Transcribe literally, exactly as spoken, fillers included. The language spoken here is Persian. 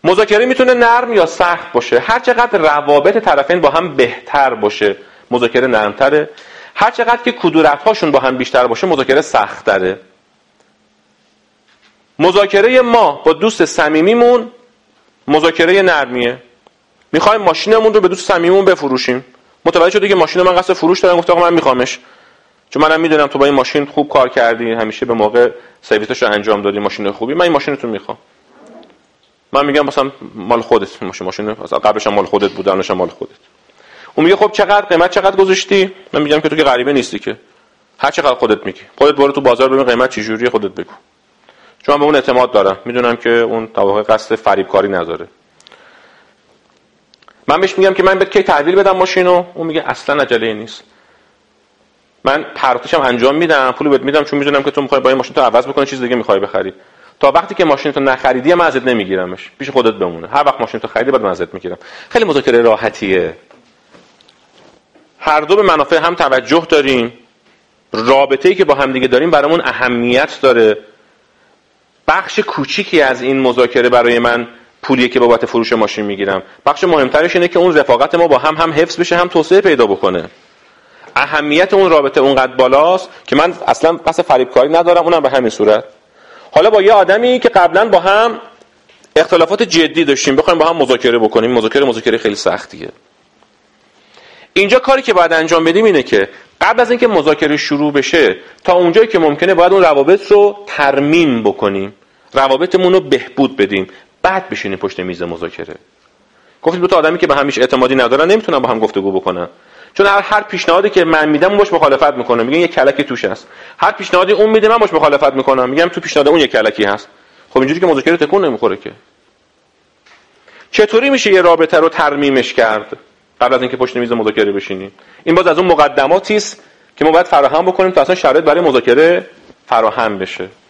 مذاکره میتونه نرم یا سخت باشه. هر چقدر روابط طرفین با هم بهتر باشه مذاکره نرمتره، هر چقدر که کدورت‌هاشون با هم بیشتر باشه مذاکره سخت‌تره. مذاکره ما با دوست صمیمیمون مذاکره نرمیه. میخوایم ماشینمون رو به دوست صمیمیمون بفروشیم. متوجه شدی که ماشین من قصد فروش دارم، گفتم من میخوامش. چون منم میدونم تو با این ماشین خوب کار کردی، همیشه به موقع سرویسش رو انجام دادی، ماشین خوبی، من این ماشینتون میخوام. من میگم مثلا مال خودت، ماشین ماشین قبلش هم مال خودت بود، الانش هم مال خودت. اون میگه خب چقدر قیمت چقدر گذاشتی؟ من میگم که تو که غریبه نیستی که، هر چقدر خودت میگی، خودت برو تو بازار ببین قیمت چه جوریه خودت بگو. چون من به اون اعتماد دارم، میدونم که اون تا واقع قصد فریبکاری نداره. من بهش میگم که من بهت کی تحویل بدم ماشینو؟ اون میگه اصلا عجله نیست، من پرداختشم انجام میدم، پولو بهت میدم، چون میدونم که تو میخوای با این ماشین تو عوض بکنی چیز دیگه میخوای بخری. تا وقتی که ماشین تو نخریدی من ازت نمیگیرمش، پیش خودت بمونه. هر وقت ماشین تو خریدی بعد من ازت میگیرم. خیلی مذاکره راحتیه. هر دو به منافع هم توجه داریم. رابطه‌ای که با هم دیگه داریم برامون اهمیت داره. بخش کوچیکی از این مذاکره برای من پولیه که بابت فروش ماشین میگیرم. بخش مهمترش اینه که اون رفاقت ما با هم هم حفظ بشه، هم توسعه پیدا بکنه. اهمیت اون رابطه اونقدر بالاست که من اصلا قصد فریبکاری ندارم، اونم به همین صورت. حالا با یه آدمی که قبلا با هم اختلافات جدی داشتیم بخوایم با هم مذاکره بکنیم، مذاکره مذاکره خیلی سختیه. اینجا کاری که باید انجام بدیم اینه که قبل از اینکه مذاکره شروع بشه تا اونجایی که ممکنه باید اون روابط رو ترمیم بکنیم، روابطمون رو بهبود بدیم، بعد بشینیم پشت میز مذاکره. گفتیم دو تا آدمی که به هم هیچ اعتمادی ندارن نمیتونن با هم گفتگو بکنن، چون هر هر پیشنهادی که من میدم اون باش مخالفت میکنه، میگن یه کلکی توش هست. هر پیشنهادی اون میده من باش مخالفت میکنم، میگم تو پیشنهاد اون یه کلکی هست. خب اینجوری که مذاکره تکون نمیخوره که. چطوری میشه یه رابطه رو ترمیمش کرد قبل از اینکه پشت میز مذاکره بشینیم؟ این باز از اون مقدماتی است که ما باید فراهم بکنیم تا اصلا شرایط برای مذاکره فراهم بشه.